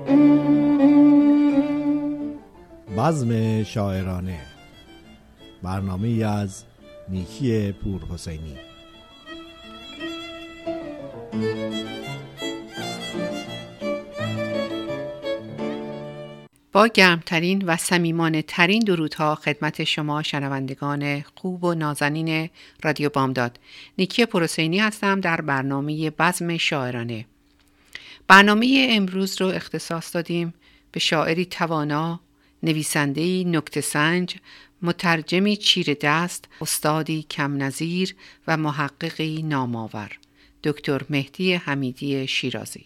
بزم شاعرانه، برنامه‌ای از نیکی پورحسینی. با گرمترین و صمیمانه ترین درودها خدمت شما شنوندگان خوب و نازنین رادیو بامداد. نیکی پورحسینی هستم در برنامه بزم شاعرانه. برنامه امروز رو اختصاص دادیم به شاعری توانا، نویسنده‌ای نکته‌سنج، مترجمی چیره دست، استادی کم نظیر و محققی نامآور، دکتر مهدی حمیدی شیرازی.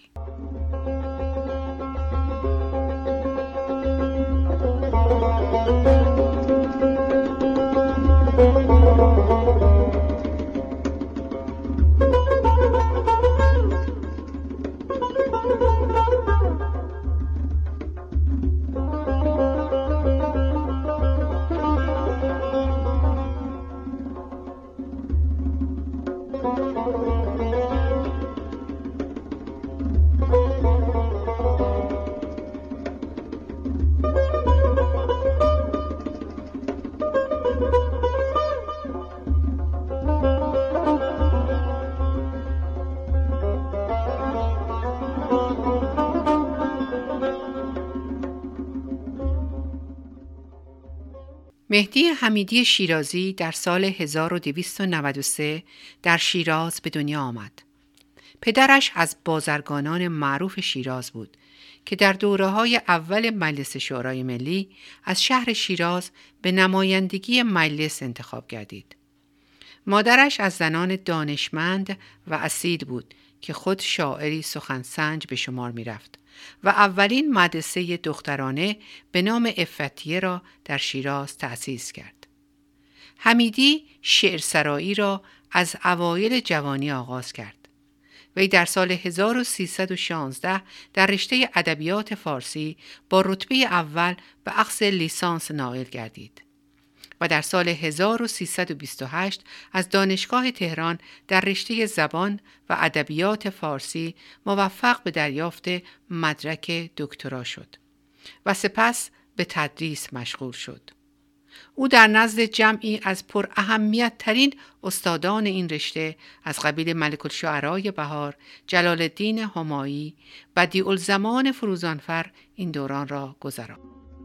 مهدی حمیدی شیرازی در سال 1293 در شیراز به دنیا آمد. پدرش از بازرگانان معروف شیراز بود که در دوره‌های اول مجلس شورای ملی از شهر شیراز به نمایندگی مجلس انتخاب گردید. مادرش از زنان دانشمند و اصیل بود که خود شاعری سخنسنج به شمار می رفت و اولین مدرسه دخترانه به نام عفتیه را در شیراز تأسیس کرد. حمیدی شعرسرایی را از اوایل جوانی آغاز کرد. وی در سال 1316 در رشته ادبیات فارسی با رتبه اول به اخذ لیسانس نائل گردید و در سال 1328 از دانشگاه تهران در رشته زبان و ادبیات فارسی موفق به دریافت مدرک دکترا شد و سپس به تدریس مشغول شد. او در نزد جمعی از پر اهمیت ترین استادان این رشته از قبیل ملک الشعرای بهار، جلال الدین همایی، بدیع الزمان فروزانفر این دوران را گذراند.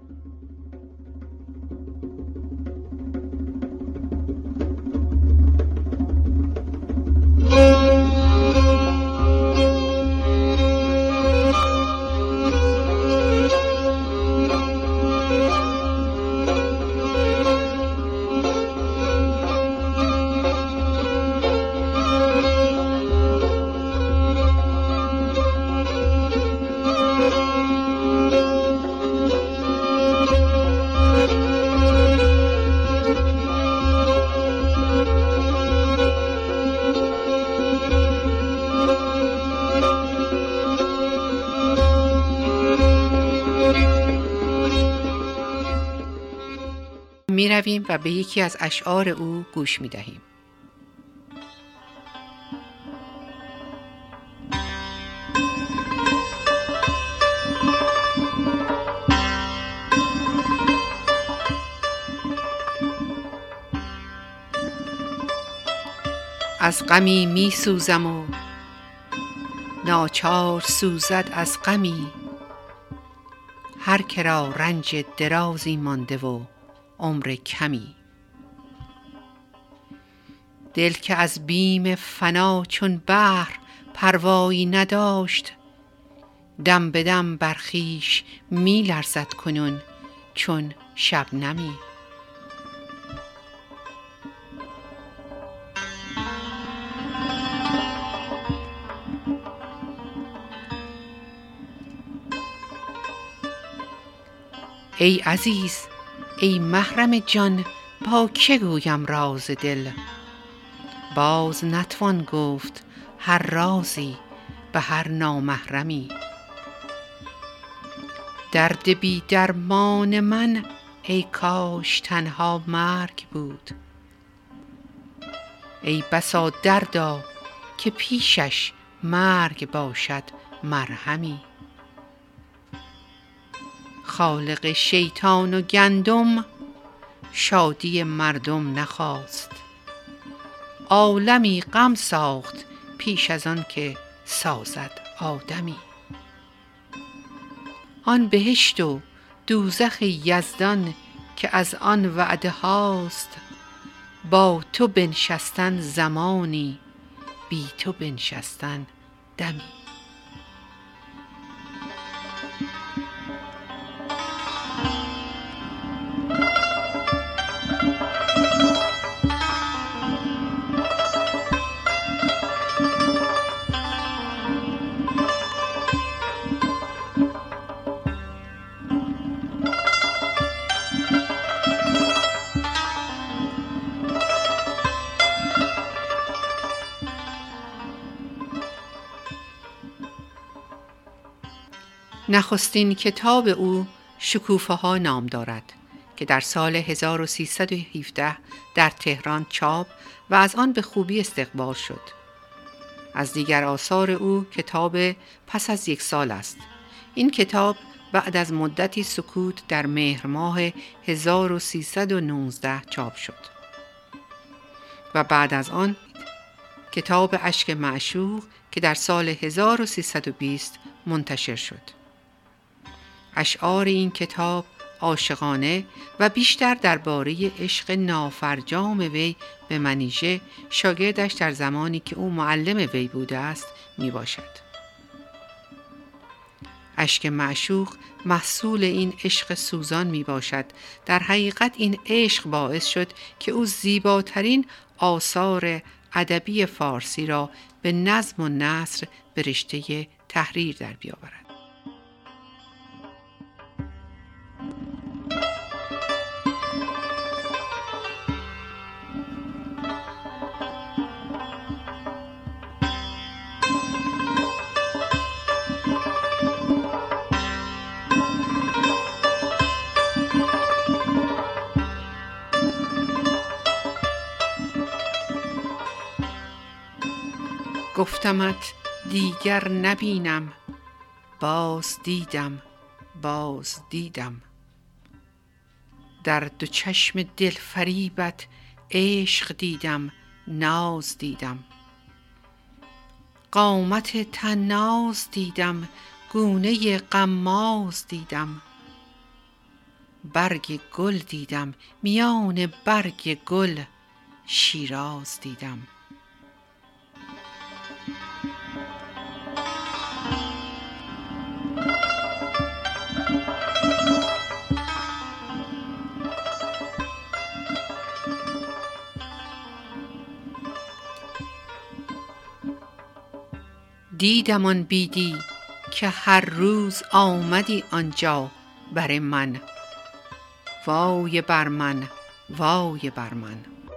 می رویم و به یکی از اشعار او گوش می دهیم. از غمی می سوزم و ناچار سوزد از غمی، هر که را رنج درازی مانده و عمر کمی. دل که از بیم فنا چون بحر پروایی نداشت، دم به دم بر خویش می لرزد کنون چون شبنمی. ای عزیز، ای محرم جان، با که گویم راز دل؟ باز نتوان گفت هر رازی به هر نامحرمی. درد بی درمان من ای کاش تنها مرگ بود، ای بسا دردا که پیشش مرگ باشد مرهمی. خالق شیطان و گندم شادی مردم نخواست. عالمی غم ساخت پیش از آن که سازد آدمی. آن بهشت و دوزخ یزدان که از آن وعده هاست، با تو بنشستن زمانی، بی تو بنشستن دمی. نخستین کتاب او شکوفه ها نام دارد که در سال 1317 در تهران چاپ و از آن به خوبی استقبال شد. از دیگر آثار او کتاب پس از 1 سال است. این کتاب بعد از مدتی سکوت در مهر ماه 1319 چاپ شد و بعد از آن کتاب اشک معشوق که در سال 1320 منتشر شد. اشعار این کتاب عاشقانه و بیشتر درباره عشق نافرجام وی به منیژه شاگردش در زمانی که او معلم وی بوده است می باشد. اشک معشوق محصول این عشق سوزان می باشد. در حقیقت این عشق باعث شد که او زیباترین آثار ادبی فارسی را به نظم و نثر به رشته تحریر در بیاورد. گفتمت دیگر نبینم، باز دیدم، باز دیدم. در دو چشم دل فریبت عشق دیدم، ناز دیدم. قامت طناز دیدم، گونه غماز دیدم. برگ گل دیدم، میان برگ گل شیراز دیدم. دیدم آن بیدی که هر روز آمدی آنجا بر من. وای بر من، وای بر من.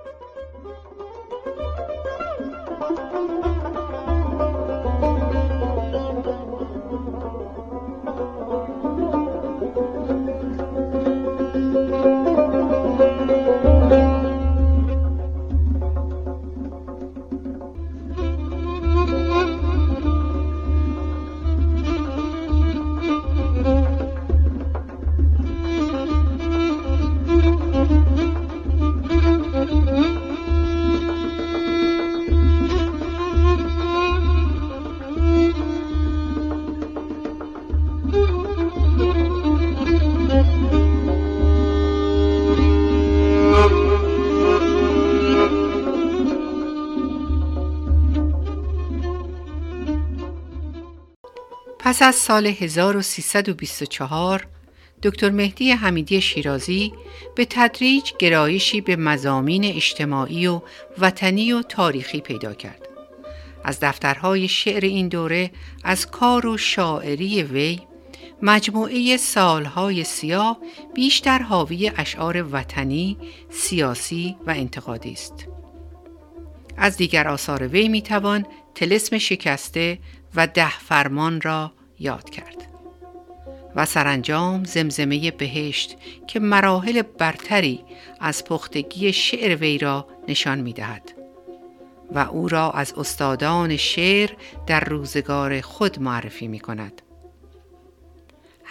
پس از سال 1324 دکتر مهدی حمیدی شیرازی به تدریج گرایشی به مضامین اجتماعی و وطنی و تاریخی پیدا کرد. از دفترهای شعر این دوره از کار و شاعری وی مجموعه سالهای سیاه بیشتر حاوی اشعار وطنی، سیاسی و انتقادی است. از دیگر آثار وی میتوان طلسم شکسته و 10 فرمان را یاد کرد و سرانجام زمزمه بهشت که مراحل برتری از پختگی شعر وی را نشان می‌دهد و او را از استادان شعر در روزگار خود معرفی می‌کند.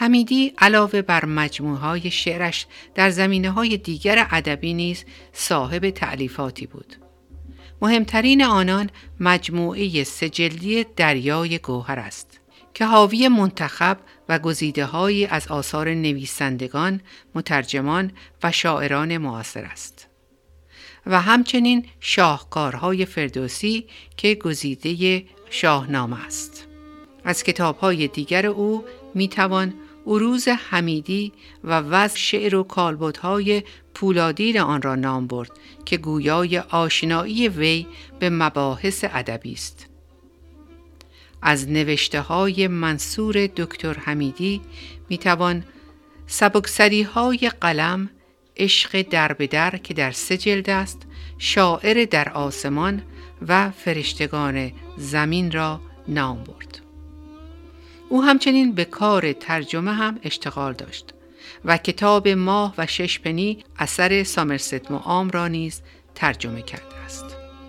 حمیدی علاوه بر مجموعه‌های شعرش در زمینه‌های دیگر ادبی نیز صاحب تألیفاتی بود. مهمترین آنان مجموعه 3 جلدی دریای گوهر است که حاوی منتخب و گزیده‌هایی از آثار نویسندگان، مترجمان و شاعران معاصر است و همچنین شاهکارهای فردوسی که گزیده شاهنامه است. از کتاب‌های دیگر او می‌توان عروض حمیدی و وضع شعر و کالبدهای پولادین آن را نام برد که گویای آشنایی وی به مباحث ادبی است. از نوشته‌های منصور دکتر حمیدی می‌توان سبکسری‌های قلم، عشق در به در که در 3 جلد است، شاعر در آسمان و فرشتگان زمین را نام برد. او همچنین به کار ترجمه هم اشتغال داشت و کتاب ماه و 6 پنی اثر سامرست موآم را نیز ترجمه کرده است.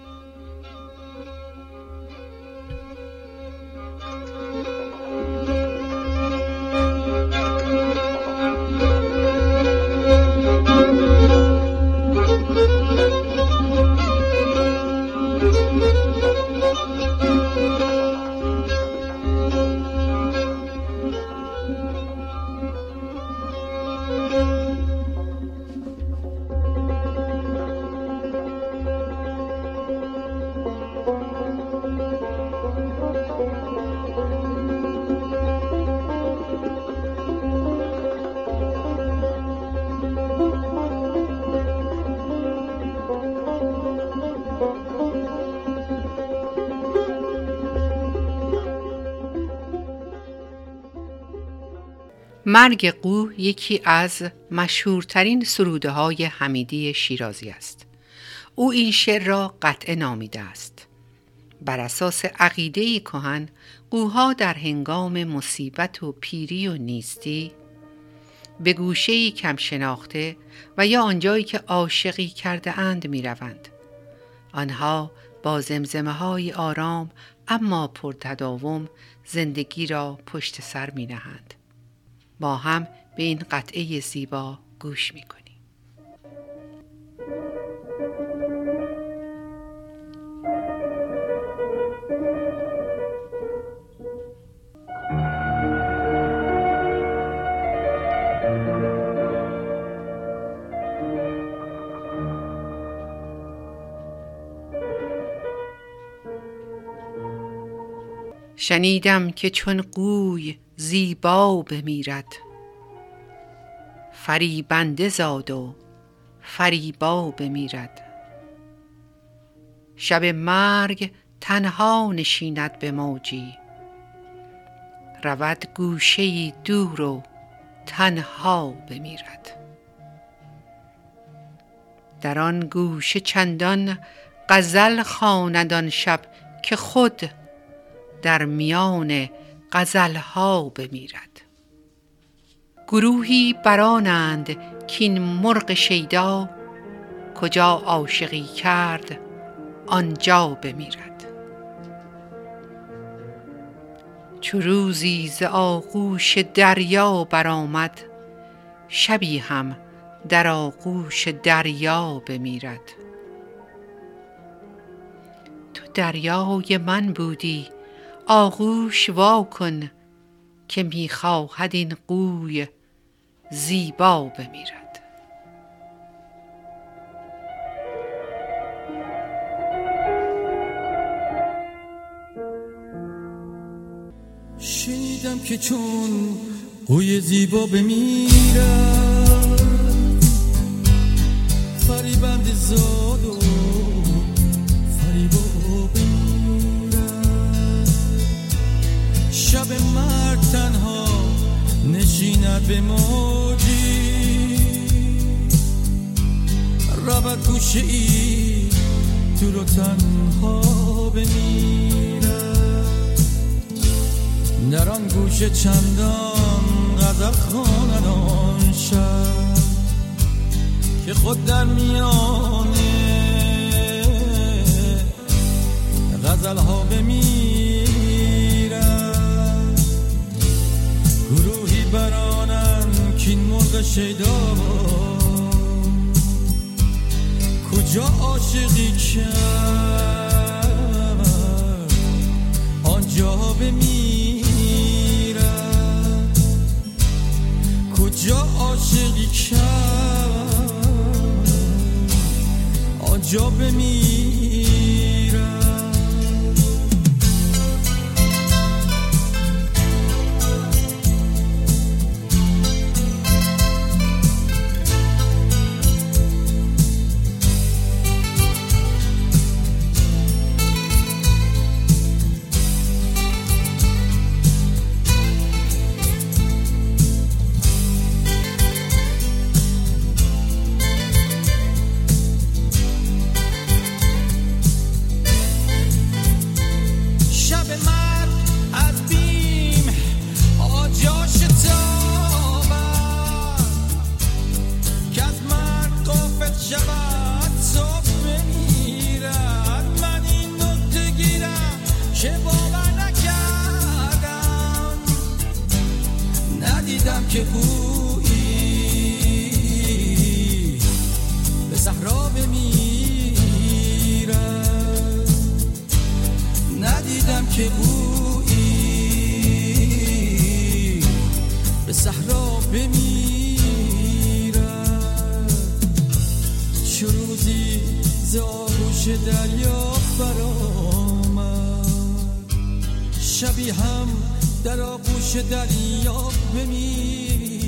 مرگ قو یکی از مشهورترین سروده‌های حمیدی شیرازی است. او این شعر را قطعه نامیده است. بر اساس عقیده‌ای کهن، قوها در هنگام مصیبت و پیری و نیستی به گوشه‌ای کم شناخته و یا آنجایی که عاشقی کرده اند می روند. آنها با زمزمه‌های آرام اما پرتداوم زندگی را پشت سر می نهند. با هم به این قطعه زیبا گوش می کنیم. شنیدم که چون قوی زیبا بمیرد، فریبنده زاد و فریبا بمیرد. شب مرگ تنها نشیند به موجی، رود گوشه‌ای دور و تنها بمیرد. در آن گوشه چندان غزل خواند آن شب که خود در میان غزلها بمیرد. گروهی برانند کین مرغ شیدا، کجا عاشقی کرد آنجا بمیرد. چو روزی ز آغوش دریا برآمد، شبی هم در آغوش دریا بمیرد. تو دریای من بودی آغوش وا کن، که میخواهد این قوی زیبا بمیرد. شنیدم که چون قوی زیبا بمیرد، فریبنده زاد و فریبا شب مرگ تنها نشیند به موجی، رود گوشه ای دور و تنها بمیرد. در آن گوشه چندان غزل خواند آن شب، که خود در میان غزل ها بمیرد. گروهی بر نگرانن که این مرغ شیدا کجا عاشقی کرد آنجا بمیرد، کجا عاشقی کرد آنجا بمیرد. که گویی به صحرا بمیرد، ندیدم که گویی به صحرا بمیرد. چه روزی ز آغوش دریا برآمد، شبی هم در آغوش دریا بمیرد.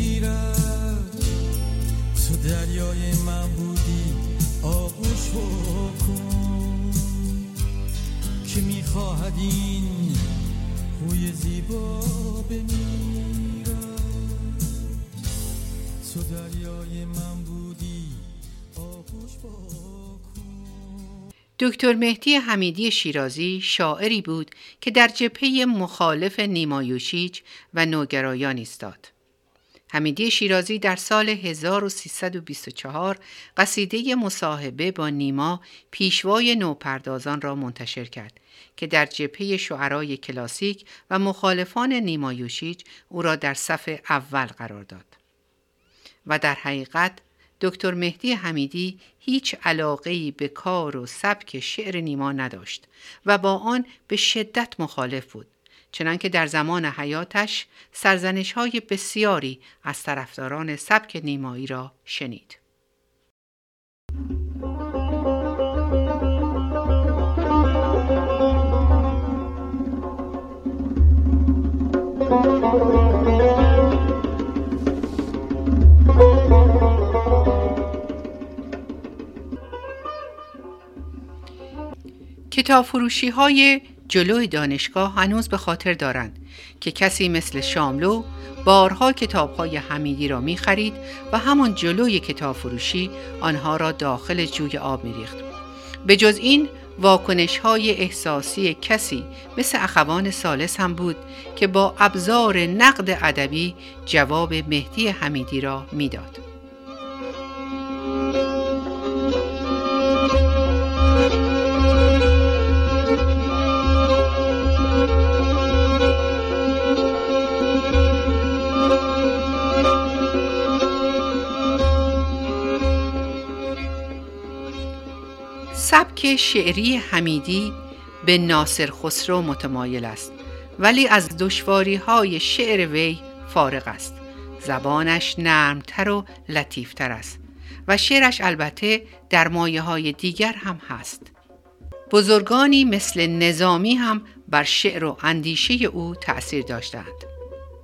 تو دریای من بودی آغوش بکن که میخواهد این روی زیبا بمیرد. تو دریای من بودی آغوش بکن. دکتر مهدی حمیدی شیرازی شاعری بود که در جبهه مخالف نیما یوشیج و نوگرایان ایستاد. حمیدی شیرازی در سال 1324 قصیده مصاحبه با نیما پیشوای نوپردازان را منتشر کرد که در جبهه شعرای کلاسیک و مخالفان نیما یوشیج او را در صف اول قرار داد. و در حقیقت دکتر مهدی حمیدی هیچ علاقه‌ای به کار و سبک شعر نیما نداشت و با آن به شدت مخالف بود، چنانکه در زمان حیاتش سرزنش‌های بسیاری از طرفداران سبک نیمایی را شنید. کتاب فروشی های جلوی دانشگاه هنوز به خاطر دارند که کسی مثل شاملو بارها کتاب های حمیدی را می خرید و همان جلوی کتاب فروشی آنها را داخل جوی آب می ریخت. به جز این واکنش های احساسی کسی مثل اخوان ثالث هم بود که با ابزار نقد ادبی جواب مهدی حمیدی را می داد. سبک شعری حمیدی به ناصر خسرو متمایل است، ولی از دشواری‌های شعر وی فارغ است. زبانش نرمتر و لطیفتر است و شعرش البته در مایه‌های دیگر هم هست. بزرگانی مثل نظامی هم بر شعر و اندیشه او تأثیر داشتند.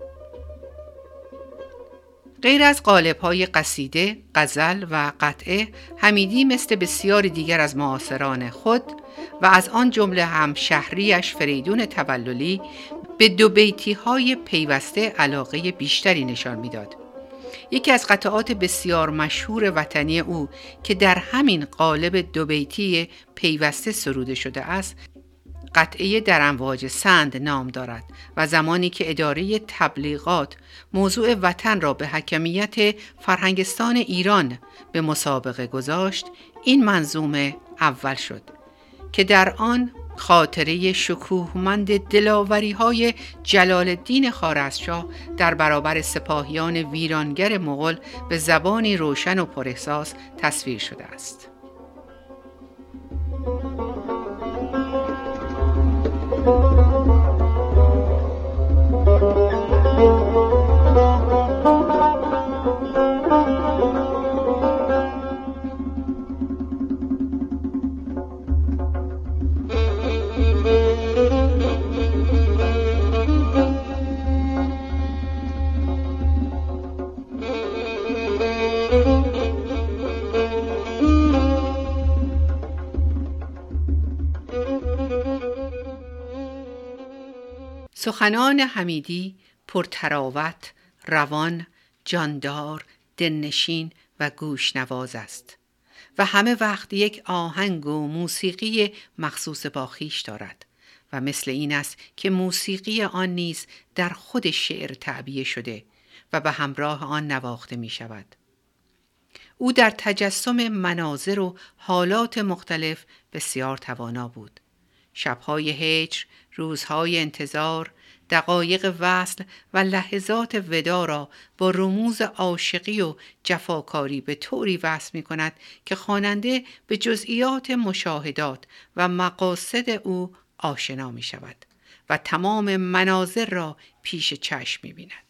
غیر از قالب‌های قصیده، غزل و قطعه، حمیدی مثل بسیاری دیگر از معاصران خود و از آن جمله هم شهریش فریدون توللی به دو بیتی‌های پیوسته علاقه بیشتری نشان می‌داد. یکی از قطعات بسیار مشهور وطنی او که در همین قالب دو بیتی پیوسته سروده شده است، قطعه در امواج سند نام دارد و زمانی که اداره تبلیغات موضوع وطن را به حکمیت فرهنگستان ایران به مسابقه گذاشت، این منظومه اول شد که در آن خاطره شکوهمند دلاوری‌های جلال الدین خوارزمشاه در برابر سپاهیان ویرانگر مغول به زبانی روشن و پراحساس تصویر شده است. سخنان حمیدی پرتراوت، روان، جاندار، دلنشین و گوشنواز است و همه وقت یک آهنگ و موسیقی مخصوص با خویش دارد و مثل این است که موسیقی آن نیز در خود شعر تعبیه شده و به همراه آن نواخته می شود. او در تجسم مناظر و حالات مختلف بسیار توانا بود. شبهای هجر، روزهای انتظار، دقایق وصل و لحظات ودا را با رموز عاشقی و جفاکاری به طوری وصف می کند که خواننده به جزئیات مشاهدات و مقاصد او آشنا می شود و تمام مناظر را پیش چشم می بیند.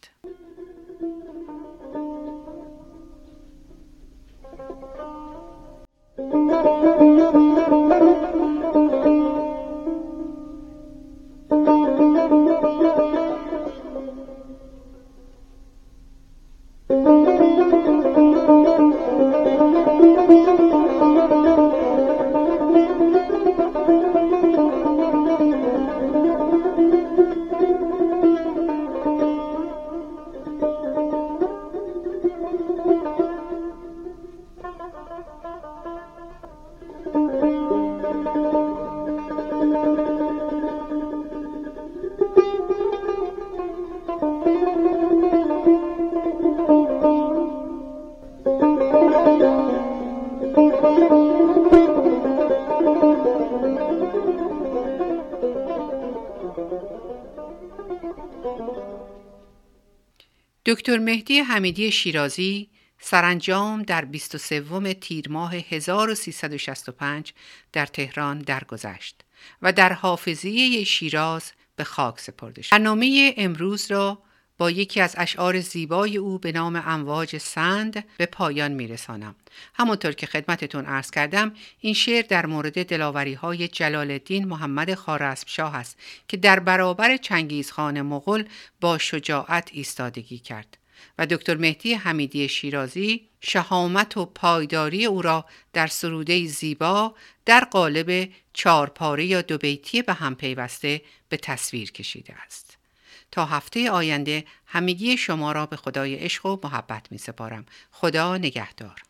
دکتر مهدی حمیدی شیرازی سرانجام در 23 تیر ماه 1365 در تهران درگذشت و در حافظیه شیراز به خاک سپرده شد. برنامه امروز را با یکی از اشعار زیبای او به نام امواج سند به پایان میرسانم. همونطور که خدمتتون عرض کردم، این شعر در مورد دلاوری‌های جلال الدین محمد خوارزمشاه است که در برابر چنگیزخان مغول با شجاعت ایستادگی کرد و دکتر مهدی حمیدی شیرازی شهامت و پایداری او را در سروده زیبا در قالب 4 پاره یا 2 بیتی به هم پیوسته به تصویر کشیده است. تا هفته آینده همگی شما را به خدای عشق و محبت می سپارم. خدا نگهدار.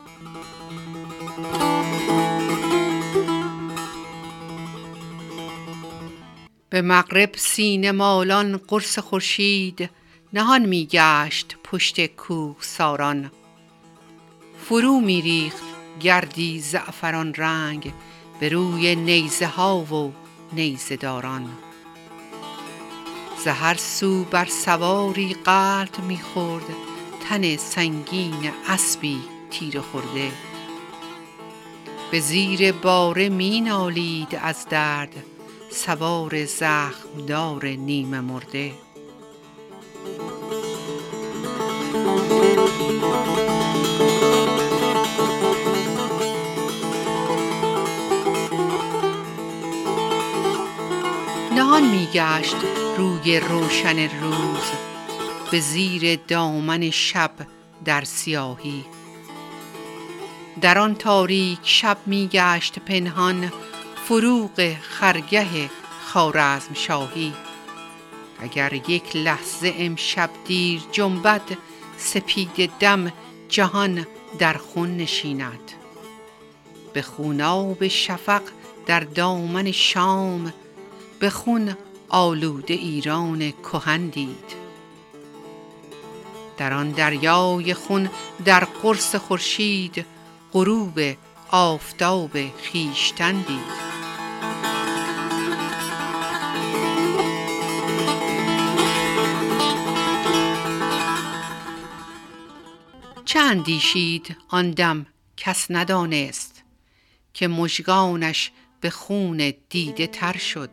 به مغرب سینه مالان قرص خورشید، نهان می گشت پشت کوه ساران. فرو می ریخت گردی زعفران رنگ به روی نیزه ها و نیزه داران. ز هر سو بر سواری غلط می خورد، تن سنگین اسبی تیر خورده. به زیر باره می نالید از درد، سوار زخمدار نیمه مرده. نهان می گشت روی روشن روز، به زیر دامن شب در سیاهی. در آن تاریک شب می گشت پنهان، فروغ خرگه خوارزمشاهی. اگر یک لحظه امشب دیر جنبد، سپید دم جهان در خون نشیند. به خوناب شفق در دامن شام، به خون آلوده ایران کهن دید. در آن دریای خون در قرص خورشید، غروب آفتاب خویشتن دید. چه اندیشید آن دم کس ندانست، که مژگانش به خون دیده تر شد.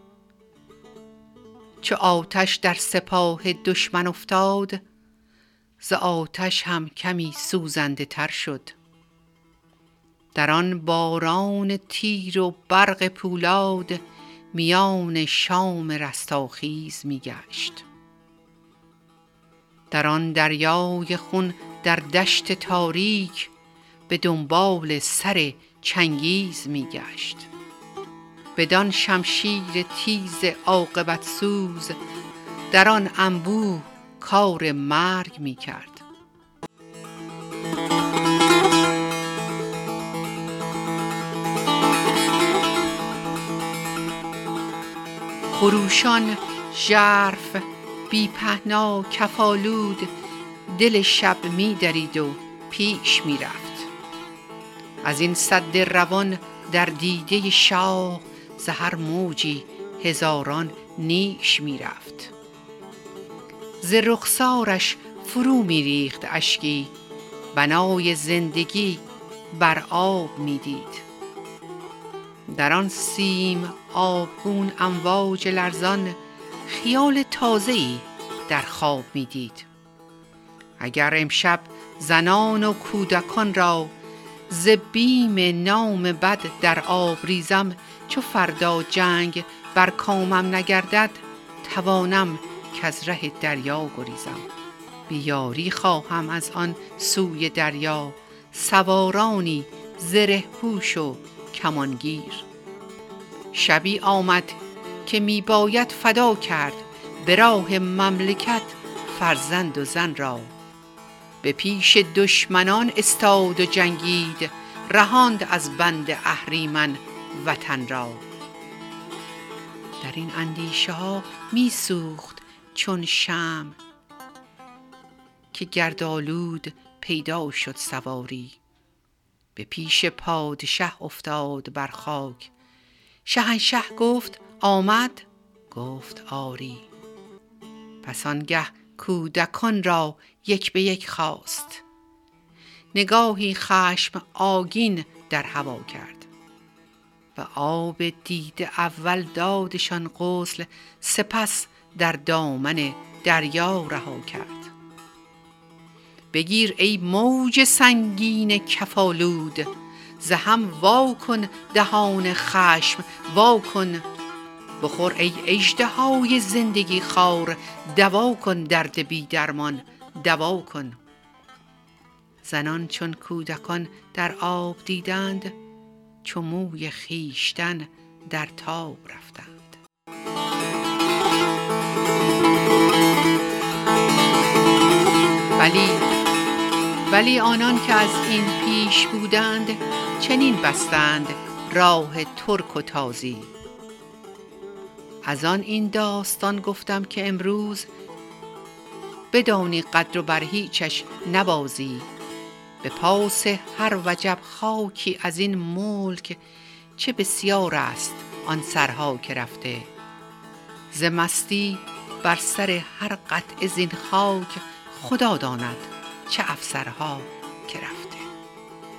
چو آتش در سپاه دشمن افتاد، ز آتش هم کمی سوزنده تر شد. در آن باران تیر و برق پولاد، میان شام رستاخیز می گشت. در آن دریای خون در دشت تاریک، به دنبال سر چنگیز می گشت. بدان شمشیر تیز عاقبت سوز، در آن انبوه کار مرگ می کرد. خروشان ژرف بی پهنا کفالود، دل شب می درید و پیش می رفت. از این سد روان در دیده شاه، ز هر موجی هزاران نیش می رفت. ز رخسارش فرو می ریخت اشکی، بنای زندگی بر آب می دید. در آن سیم آبگون امواج لرزان، خیال تازه‌ای در خواب می دید. اگر امشب زنان و کودکان را، ز بیم نام بد در آب ریزم، چو فردا جنگ بر کامم نگردد، توانم کز ره دریا گریزم. بیاری خواهم از آن سوی دریا، سوارانی زره پوش و کمانگیر. شبی آمد که می باید فدا کرد، به راه مملکت فرزند و زن را. به پیش دشمنان استاد و جنگید، رهاند از بند اهریمن وطن را. در این اندیشه ها می سوخت چون شمع، که گردآلود پیدا شد سواری. به پیش پادشه افتاد بر خاک، شهنشه گفت آمد؟ گفت آری. پس آنگه کودکان را یک به یک خواست، نگاهی خشم آگین در هوا کرد. و آب دیده اول دادشان غسل، سپس در دامن دریا رها کرد. بگیر ای موج سنگین کفالود، ز هم وا کن دهان خشم وا کن. بخور ای اژدهای زندگی خوار، دوا کن درد بی درمان دوا کن. زنان چون کودکان در آب دیدند، چو موی خویشتن در تاب رفتند. ولی آنان که از این پیش بودند، چنین بستند راه ترک و تازی. از آن این داستان گفتم که امروز، بدانی قدر و بر هیچش نبازی. به پاس هر وجب خاکی از این ملک، چه بسیار است آن سرها که رفته. ز مستی بر سر هر قطعه زین خاک، خدا داند چه افسرها که رفته.